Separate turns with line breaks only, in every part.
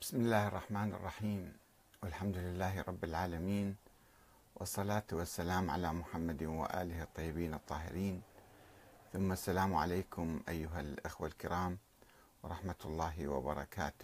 بسم الله الرحمن الرحيم، والحمد لله رب العالمين، والصلاة والسلام على محمد وآله الطيبين الطاهرين، ثم السلام عليكم أيها الأخوة الكرام ورحمة الله وبركاته.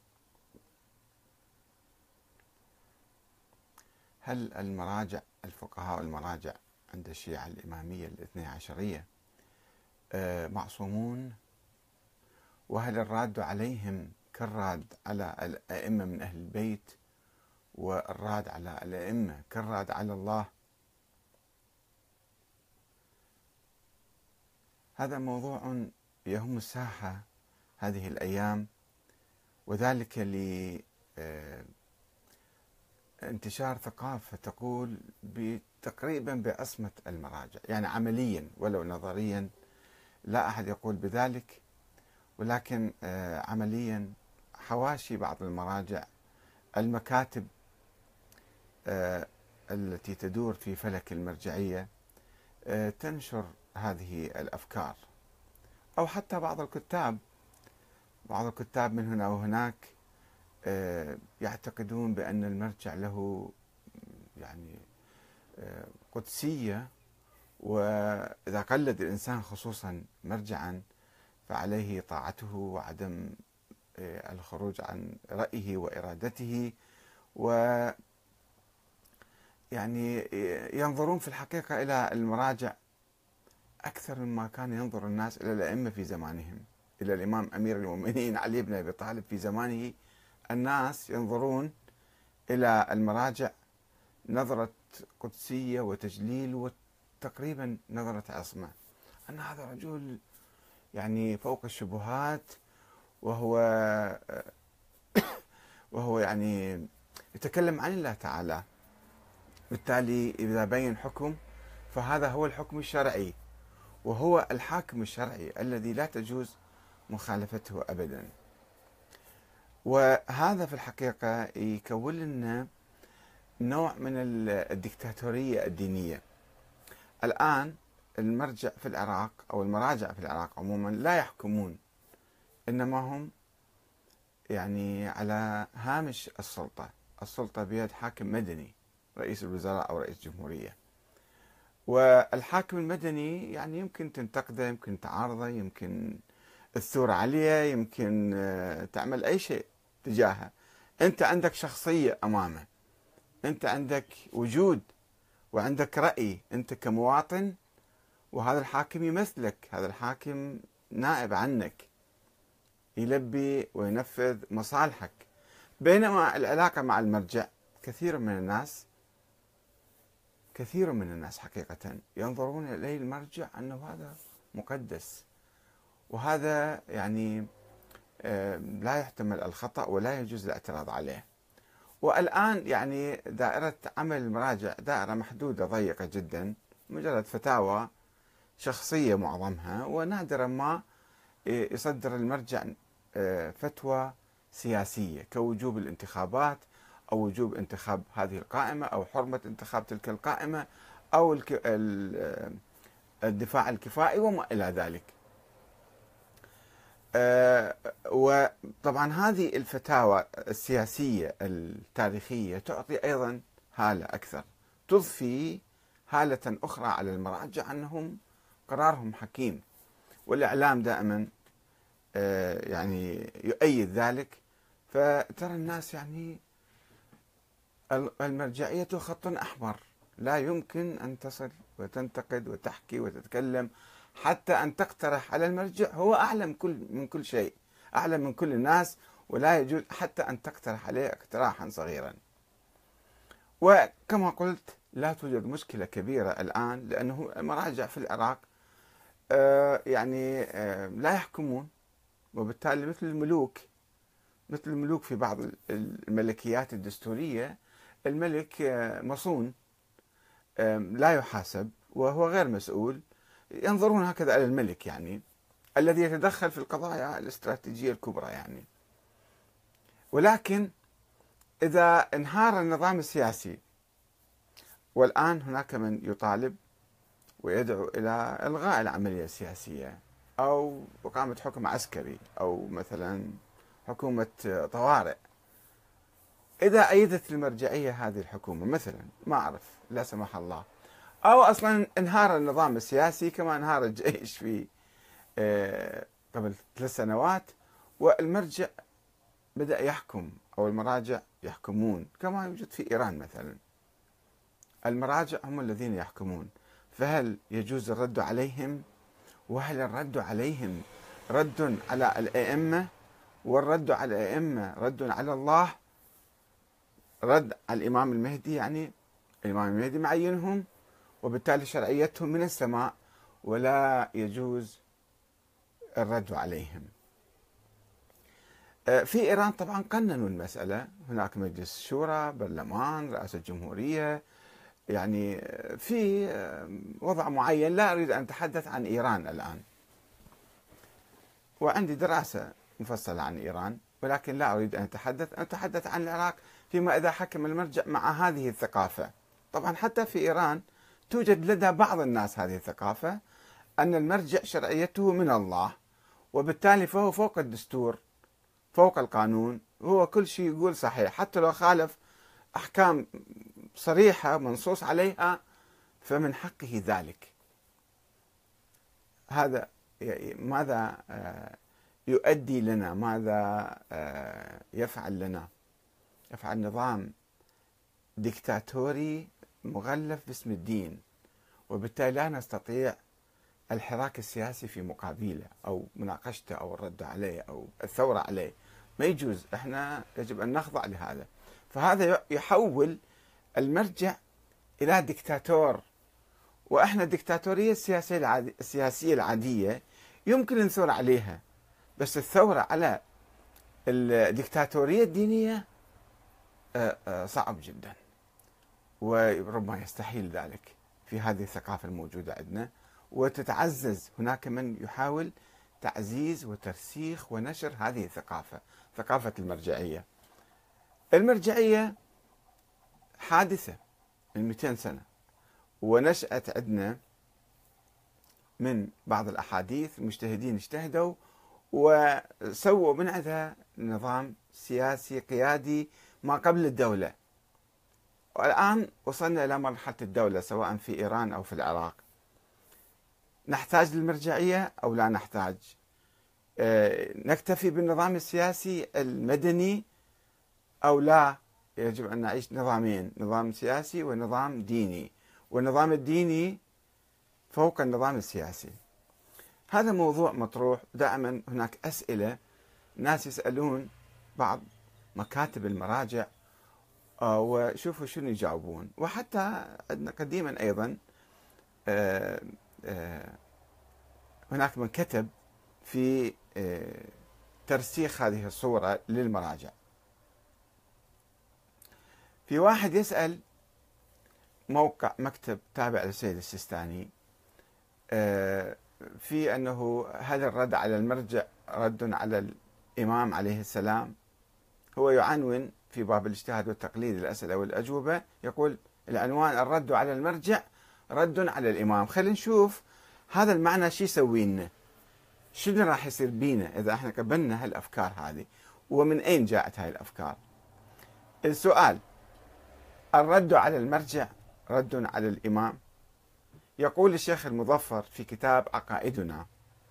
هل المراجع الفقهاء والمراجع عند الشيعة الإمامية الاثني عشرية معصومون؟ وهل الراد عليهم كالراد على الأئمة من أهل البيت، والراد على الأئمة كالراد على الله؟ هذا موضوع يهم الساحة هذه الأيام، وذلك لانتشار ثقافة تقول تقريبا بعصمة المراجع، يعني عمليا ولو نظريا لا أحد يقول بذلك، ولكن عمليا حواشي بعض المراجع، المكاتب التي تدور في فلك المرجعية تنشر هذه الأفكار، أو حتى بعض الكتاب من هنا وهناك يعتقدون بأن المرجع له يعني قدسية، وإذا قلد الإنسان خصوصا مرجعا فعليه طاعته وعدم الخروج عن رأيه وإرادته، ويعني ينظرون في الحقيقة إلى المراجع أكثر مما كان ينظر الناس إلى الأئمة في زمانهم. إلى الإمام أمير المؤمنين علي بن أبي طالب في زمانه الناس ينظرون إلى المراجع نظرة قدسية وتجليل وتقريبا نظرة عصمة، أن هذا رجل يعني فوق الشبهات، وهو يعني يتكلم عن الله تعالى، بالتالي إذا بين حكم فهذا هو الحكم الشرعي، وهو الحاكم الشرعي الذي لا تجوز مخالفته أبدا. وهذا في الحقيقة يكون لنا نوع من الدكتاتورية الدينية. الآن المرجع في العراق أو المراجع في العراق عموما لا يحكمون، إنما هم يعني على هامش السلطة بيد حاكم مدني، رئيس الوزراء أو رئيس جمهورية. والحاكم المدني يعني يمكن تنتقده، يمكن تعارضه، يمكن الثورة عليه، يمكن تعمل أي شيء تجاهه. أنت عندك شخصية أمامه، أنت عندك وجود وعندك رأي أنت كمواطن، وهذا الحاكم يمثلك، هذا الحاكم نائب عنك، يلبي وينفذ مصالحك. بينما العلاقة مع المرجع كثير من الناس حقيقة ينظرون إليه المرجع أنه هذا مقدس، وهذا يعني لا يحتمل الخطأ ولا يجوز الاعتراض عليه. والآن يعني دائرة عمل المراجع دائرة محدودة ضيقة جدا، مجرد فتاوى شخصية معظمها، ونادرا ما يصدر المرجع فتوى سياسية كوجوب الانتخابات، أو وجوب انتخاب هذه القائمة، أو حرمة انتخاب تلك القائمة، أو الدفاع الكفائي وما إلى ذلك. وطبعا هذه الفتاوى السياسية التاريخية تعطي أيضا هالة أكثر، تضفي هالة أخرى على المراجع أنهم قرارهم حكيم، والإعلام دائما يعني يؤيد ذلك. فترى الناس يعني المرجعية خط أحمر، لا يمكن أن تصل وتنتقد وتحكي وتتكلم، حتى أن تقترح على المرجع. هو أعلم من كل شيء، أعلم من كل الناس، ولا يجوز حتى أن تقترح عليه اقتراحا صغيرا. وكما قلت لا توجد مشكلة كبيرة الآن، لأنه المراجع في العراق يعني لا يحكمون، وبالتالي مثل الملوك في بعض الملكيات الدستورية، الملك مصون لا يحاسب وهو غير مسؤول. ينظرون هكذا على الملك، يعني الذي يتدخل في القضايا الاستراتيجية الكبرى يعني. ولكن إذا انهار النظام السياسي، والآن هناك من يطالب ويدعو إلى إلغاء العملية السياسية، أو إقامة حكم عسكري، أو مثلا حكومة طوارئ، إذا أيدت المرجعية هذه الحكومة مثلا، ما أعرف، لا سمح الله، أو أصلا انهار النظام السياسي كما انهار الجيش في قبل 3 سنوات، والمرجع بدأ يحكم أو المراجع يحكمون كما يوجد في إيران مثلا، المراجع هم الذين يحكمون، فهل يجوز الرد عليهم؟ وهل الرد عليهم رد على الأئمة؟ والرد على الأئمة رد على الله؟ رد على الإمام المهدي، يعني الإمام المهدي معينهم وبالتالي شرعيتهم من السماء، ولا يجوز الرد عليهم. في إيران طبعا قننوا المسألة، هناك مجلس شورى، برلمان، رئاسة جمهورية، يعني في وضع معين. لا أريد أن أتحدث عن إيران الآن، وعندي دراسة مفصلة عن إيران، ولكن لا أريد أن أتحدث عن العراق فيما إذا حكم المرجع مع هذه الثقافة. طبعا حتى في إيران توجد لدى بعض الناس هذه الثقافة، أن المرجع شرعيته من الله، وبالتالي فهو فوق الدستور، فوق القانون، هو كل شيء يقول صحيح، حتى لو خالف أحكام صريحة منصوص عليها فمن حقه ذلك. هذا ماذا يؤدي لنا؟ ماذا يفعل لنا؟ يفعل نظام ديكتاتوري مغلف باسم الدين، وبالتالي لا نستطيع الحراك السياسي في مقابله أو مناقشته أو الرد عليه أو الثورة عليه، ما يجوز. احنا يجب أن نخضع لهذا. فهذا يحول المرجع إلى ديكتاتور، وإحنا الديكتاتورية السياسية العادية يمكن نثور عليها، بس الثورة على الديكتاتورية الدينية صعب جدا، وربما يستحيل ذلك في هذه الثقافة الموجودة عندنا، وتتعزز. هناك من يحاول تعزيز وترسيخ ونشر هذه الثقافة، ثقافة المرجعية. المرجعية حادثة من 200 سنة، ونشأت عندنا من بعض الأحاديث، المجتهدين اجتهدوا وسووا من عندها نظام سياسي قيادي ما قبل الدولة، والآن وصلنا إلى مرحلة الدولة سواء في إيران أو في العراق. نحتاج للمرجعية أو لا نحتاج؟ نكتفي بالنظام السياسي المدني أو لا؟ يجب أن نعيش نظامين، نظام سياسي ونظام ديني، والنظام الديني فوق النظام السياسي. هذا موضوع مطروح دائما. هناك أسئلة، ناس يسألون بعض مكاتب المراجع وشوفوا شنو يجاوبون، وحتى عندنا قديما أيضا هناك من كتب في ترسيخ هذه الصورة للمراجع. في واحد يسأل موقع مكتب تابع للسيد السيستاني في أنه هل الرد على المرجع رد على الإمام عليه السلام؟ هو يعنون في باب الاجتهاد والتقليد الأسئلة والأجوبة، يقول العنوان الرد على المرجع رد على الإمام. خلينا نشوف هذا المعنى شو يسوي لنا، شنو راح يصير بينا إذا احنا قبلنا هالأفكار هذه، ومن أين جاءت هاي الأفكار. السؤال: الرد على المرجع رد على الإمام. يقول الشيخ المظفر في كتاب عقائدنا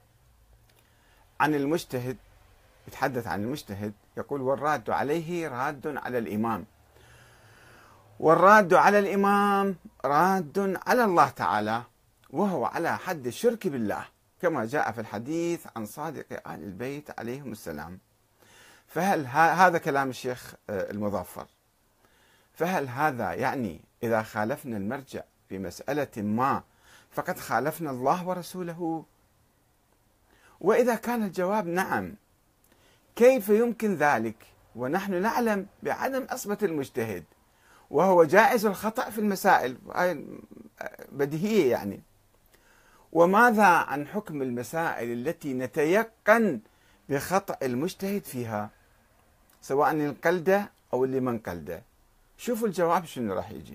عن المجتهد، يتحدث عن المجتهد، يقول: والراد عليه راد على الإمام، والراد على الإمام راد على الله تعالى، وهو على حد الشرك بالله كما جاء في الحديث عن صادق آل البيت عليهم السلام. فهل هذا كلام الشيخ المظفر، فهل هذا يعني إذا خالفنا المرجع في مسألة ما فقد خالفنا الله ورسوله؟ وإذا كان الجواب نعم، كيف يمكن ذلك ونحن نعلم بعدم عصمة المجتهد وهو جائز الخطأ في المسائل بديهية يعني؟ وماذا عن حكم المسائل التي نتيقن بخطأ المجتهد فيها، سواء القلدة أو اللي من قلده؟ شوفوا الجواب شنو راح يجي.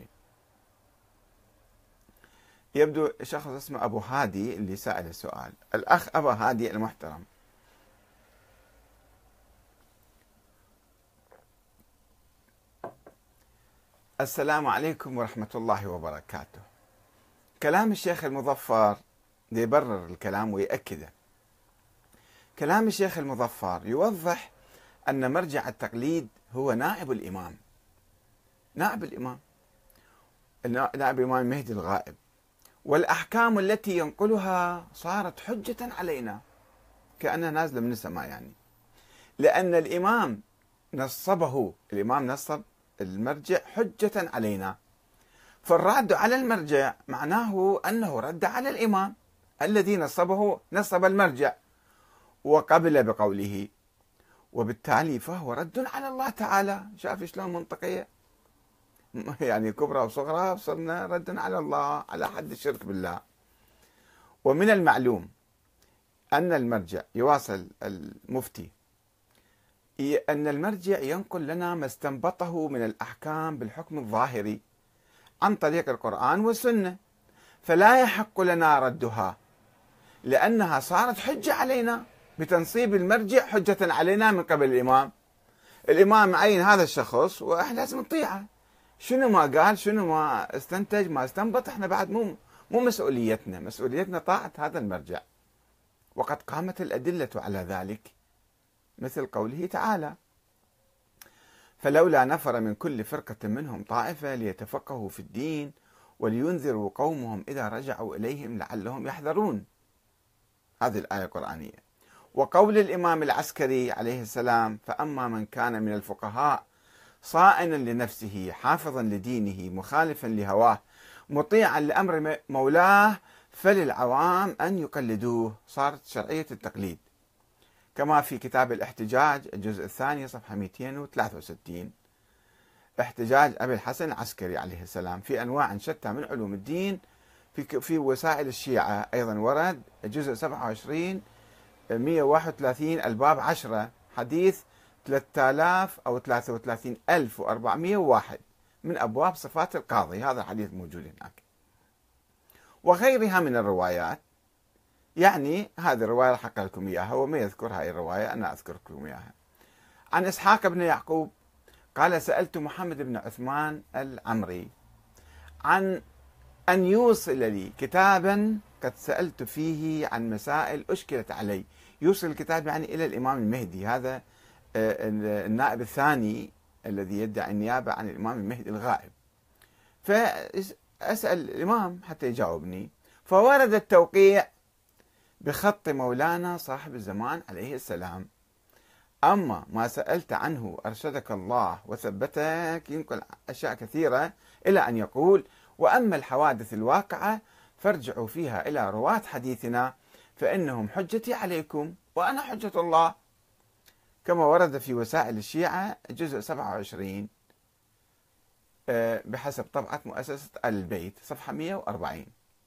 يبدو شخص اسمه أبو هادي اللي سأل السؤال، الأخ أبو هادي المحترم. السلام عليكم ورحمة الله وبركاته. كلام الشيخ المظفر يبرر الكلام ويأكده. كلام الشيخ المظفر يوضح أن مرجع التقليد هو نائب الإمام، نائب الإمام، نائب الإمام المهدي الغائب، والأحكام التي ينقلها صارت حجة علينا كأنها نازلة من السماء، يعني لأن الإمام نصب المرجع حجة علينا، فالرد على المرجع معناه أنه رد على الإمام الذي نصب المرجع وقبل بقوله، وبالتالي فهو رد على الله تعالى. شاف شلون منطقية؟ يعني كبرى وصغرى صرنا ردا على الله على حد الشرك بالله. ومن المعلوم أن المرجع، يواصل المفتي، أن المرجع ينقل لنا ما استنبطه من الأحكام بالحكم الظاهري عن طريق القرآن والسنة، فلا يحق لنا ردها لأنها صارت حجة علينا بتنصيب المرجع حجة علينا من قبل الإمام. الإمام عين هذا الشخص وإحنا لازم نطيعه، شنو ما قال، شنو ما استنتج، ما استنبط، إحنا بعد مو مسؤوليتنا طاعة هذا المرجع، وقد قامت الأدلة على ذلك، مثل قوله تعالى: فلولا نفر من كل فرقة منهم طائفة ليتفقهوا في الدين ولينذروا قومهم إذا رجعوا إليهم لعلهم يحذرون. هذه الآية القرآنية. وقول الإمام العسكري عليه السلام: فأما من كان من الفقهاء صائنا لنفسه حافظا لدينه مخالفا لهواه مطيعا لأمر مولاه فللعوام أن يقلدوه. صارت شرعية التقليد، كما في كتاب الاحتجاج الجزء الثاني صفحة 263، احتجاج أبي الحسن العسكري عليه السلام في أنواع شتى من علوم الدين. في وسائل الشيعة أيضا ورد الجزء 27 131 الباب 10 حديث 3000 أو 33401 من أبواب صفات القاضي، هذا الحديث موجود هناك، وغيرها من الروايات. يعني هذه الرواية راح أقرأ لكم إياها، هو ما يذكر هاي الرواية، أنا أذكر لكم إياها. عن إسحاق بن يعقوب قال: سألت محمد بن عثمان العمري عن أن يوصل لي كتابا قد سألت فيه عن مسائل أشكلت علي. يوصل الكتاب يعني إلى الإمام المهدي، هذا النائب الثاني الذي يدعي النيابة عن الإمام المهدي الغائب، فأسأل الإمام حتى يجاوبني، فورد التوقيع بخط مولانا صاحب الزمان عليه السلام: أما ما سألت عنه أرشدك الله وثبتك، ينقل أشياء كثيرة إلى أن يقول: وأما الحوادث الواقعة فارجعوا فيها إلى رواة حديثنا فإنهم حجتي عليكم وأنا حجة الله، كما ورد في وسائل الشيعة الجزء 27 بحسب طبعة مؤسسة البيت صفحة 140.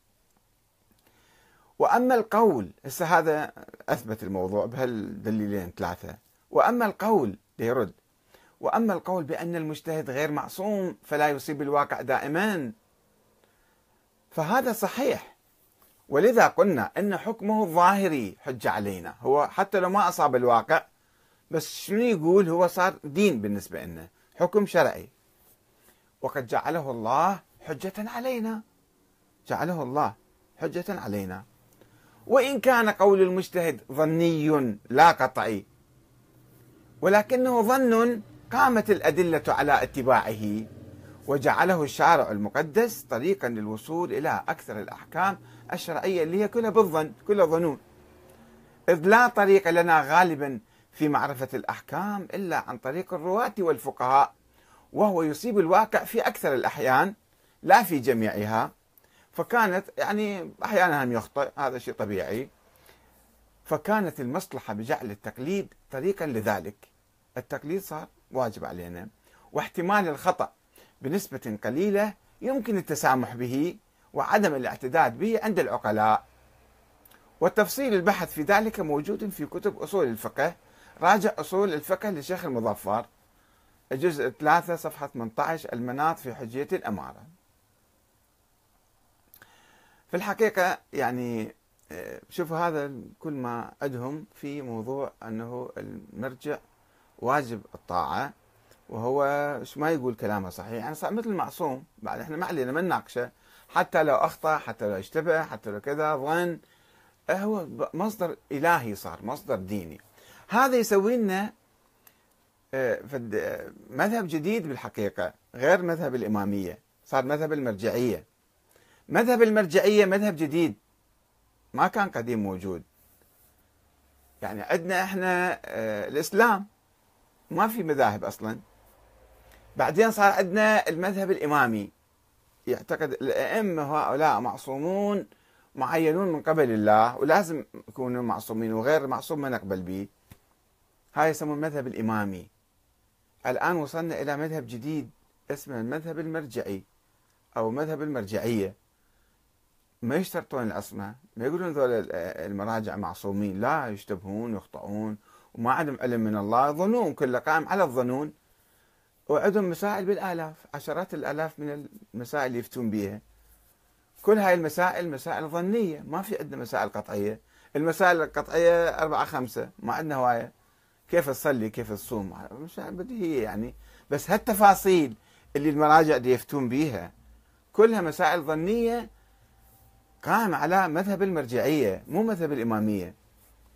وأما القول، هذا أثبت الموضوع بهالدليلين ثلاثة. وأما القول ليرد: وأما القول بأن المجتهد غير معصوم فلا يصيب الواقع دائما، فهذا صحيح، ولذا قلنا أن حكمه الظاهري حجة علينا، هو حتى لو ما أصاب الواقع، بس شنو يقول؟ هو صار دين بالنسبة لنا، حكم شرعي، وقد جعله الله حجة علينا، جعله الله حجة علينا. وإن كان قول المجتهد ظني لا قطعي، ولكنه ظن قامت الأدلة على اتباعه، وجعله الشارع المقدس طريقا للوصول إلى أكثر الأحكام الشرعية اللي هي كلها بالظن، كلها ظنون، إذ لا طريق لنا غالبا في معرفة الأحكام إلا عن طريق الرواة والفقهاء، وهو يصيب الواقع في أكثر الأحيان لا في جميعها، فكانت يعني أحيانا هم يخطئ، هذا شيء طبيعي، فكانت المصلحة بجعل التقليد طريقا لذلك. التقليد صار واجب علينا، واحتمال الخطأ بنسبة قليلة يمكن التسامح به وعدم الاعتداد به عند العقلاء، وتفصيل البحث في ذلك موجود في كتب أصول الفقه. راجع أصول الفقه للشيخ المظفر الجزء 3 صفحة 18 المناط في حجية الأمارة. في الحقيقة يعني شوفوا هذا كل ما عندهم في موضوع أنه المرجع واجب الطاعة وهو شو ما يقول كلامه صحيح، يعني صار مثل المعصوم. بعد احنا ما علينا ما نناقشه، حتى لو اخطا، حتى لو اشتبه، حتى لو كذا ظن، هو مصدر الهي، صار مصدر ديني. هذا يسوي لنا مذهب جديد بالحقيقه، غير مذهب الاماميه، صار مذهب المرجعيه. مذهب المرجعيه مذهب جديد ما كان قديم موجود. يعني عندنا احنا الاسلام ما في مذاهب اصلا، بعدين صار عندنا المذهب الامامي، يعتقد الائمه هؤلاء معصومون معينون من قبل الله ولازم يكونوا معصومين، وغير معصوم ما نقبل به. هاي يسمون المذهب الامامي. الان وصلنا الى مذهب جديد اسمه المذهب المرجعي او مذهب المرجعيه. ما يشترطون العصمه، ما يقولون ذول المراجع معصومين، لا، يشتبهون ويخطئون وما عندهم علم من الله، يظنون، كله قائم على الظنون، وعندهم مسائل بالالاف، عشرات الالاف من المسائل اللي يفتون بها. كل هاي المسائل مسائل ظنيه، ما في عندنا مسائل قطعيه. المسائل القطعيه 4 5، ما عندنا هوايه. كيف تصلي، كيف تصوم، مش بديهيه يعني. بس هالتفاصيل اللي المراجع دي يفتون بيها كلها مسائل ظنيه قائمه على مذهب المرجعيه، مو مذهب الاماميه.